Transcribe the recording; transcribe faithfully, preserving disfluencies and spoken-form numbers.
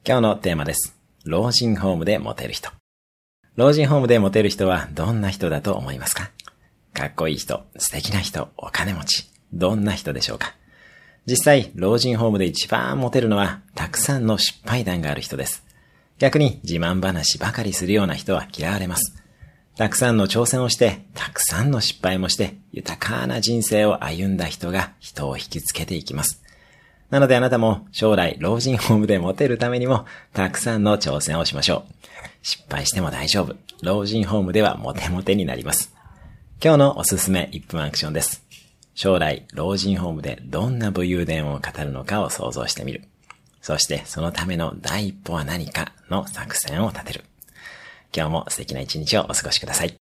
今日のテーマです。老人ホームでモテる人。老人ホームでモテる人はどんな人だと思いますか？かっこいい人、素敵な人、お金持ち。どんな人でしょうか？実際、老人ホームで一番モテるのは、たくさんの失敗談がある人です。逆に自慢話ばかりするような人は嫌われます。たくさんの挑戦をして、たくさんの失敗もして、豊かな人生を歩んだ人が人を引きつけていきます。なのであなたも将来老人ホームでモテるためにもたくさんの挑戦をしましょう。失敗しても大丈夫。老人ホームではモテモテになります。今日のおすすめいっぷんアクションです。将来老人ホームでどんな武勇伝を語るのかを想像してみる。そしてそのための第一歩は何かの作戦を立てる。今日も素敵な一日をお過ごしください。